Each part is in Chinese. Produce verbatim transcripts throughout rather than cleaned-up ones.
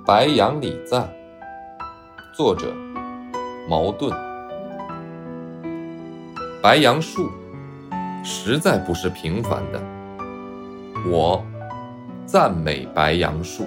白杨礼赞，作者茅盾。白杨树实在不是平凡的，我赞美白杨树。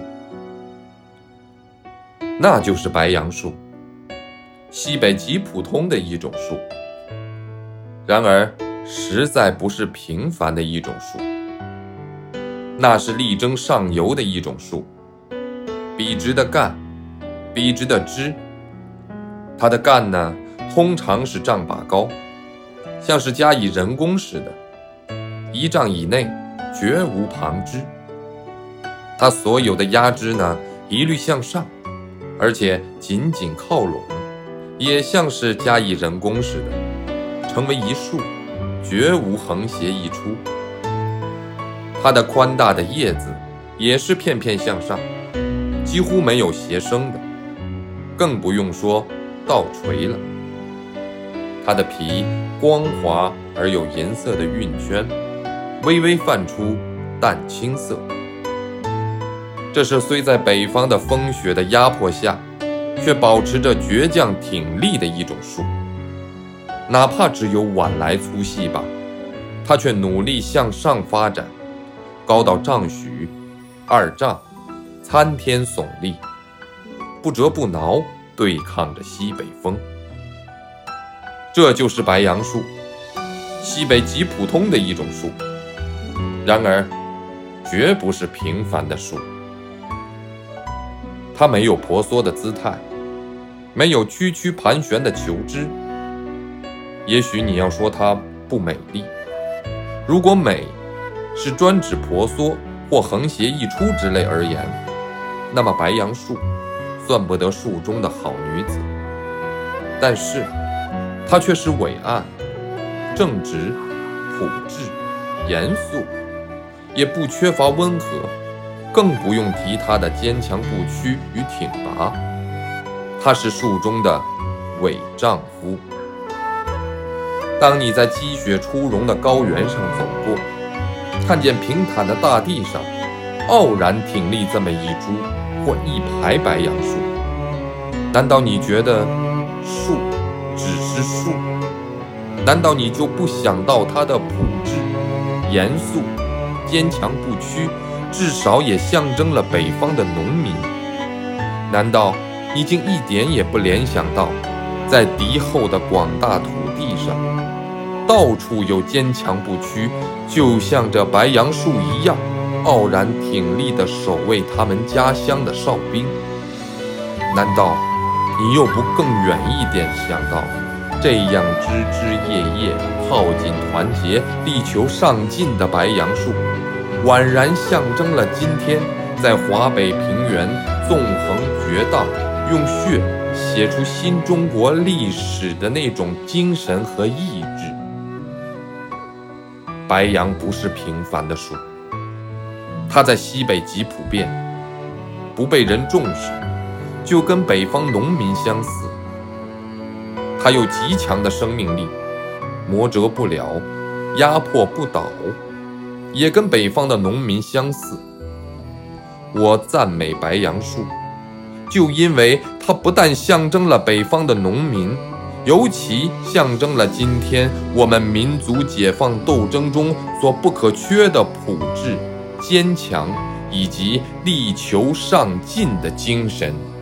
那就是白杨树，西北极普通的一种树，然而实在不是平凡的一种树，那是力争上游的一种树，笔直的干，笔直的枝。它的干呢，通常是丈把高，像是加以人工似的，一丈以内绝无旁枝。它所有的压枝呢，一律向上，而且紧紧靠拢，也像是加以人工似的，成为一束，绝无横斜一出。它的宽大的叶子也是片片向上，几乎没有斜生的，更不用说倒垂了。它的皮光滑而有银色的晕圈，微微泛出淡青色。这是虽在北方的风雪的压迫下，却保持着倔强挺立的一种树。哪怕只有晚来粗细吧，它却努力向上发展，高到丈许、二丈，参天耸立，不折不挠，对抗着西北风。这就是白杨树，西北极普通的一种树，然而绝不是平凡的树。它没有婆娑的姿态，没有曲曲盘旋的球枝。也许你要说它不美丽，如果美是专指婆娑或横斜一出之类而言，那么白杨树算不得树中的好女子。但是它却是伟岸、正直、朴质、严肃，也不缺乏温和，更不用提它的坚强不屈与挺拔。它是树中的伪丈夫。当你在积雪初融的高原上走过，看见平坦的大地上傲然挺立这么一株或一排白杨树，难道你觉得树只是树？难道你就不想到它的朴质、严肃、坚强不屈，至少也象征了北方的农民？难道你竟一点也不联想到，在敌后的广大土地上，到处有坚强不屈，就像这白杨树一样傲然挺立地守卫他们家乡的哨兵？难道你又不更远一点想到，这样枝枝叶叶靠紧团结力求上进的白杨树，宛然象征了今天在华北平原纵横绝荡，用血写出新中国历史的那种精神和意志？白杨不是平凡的树，它在西北极普遍，不被人重视，就跟北方农民相似。它有极强的生命力，磨折不了，压迫不倒，也跟北方的农民相似。我赞美白杨树，就因为它不但象征了北方的农民，尤其象征了今天我们民族解放斗争中所不可缺的朴质、坚强以及力求上进的精神。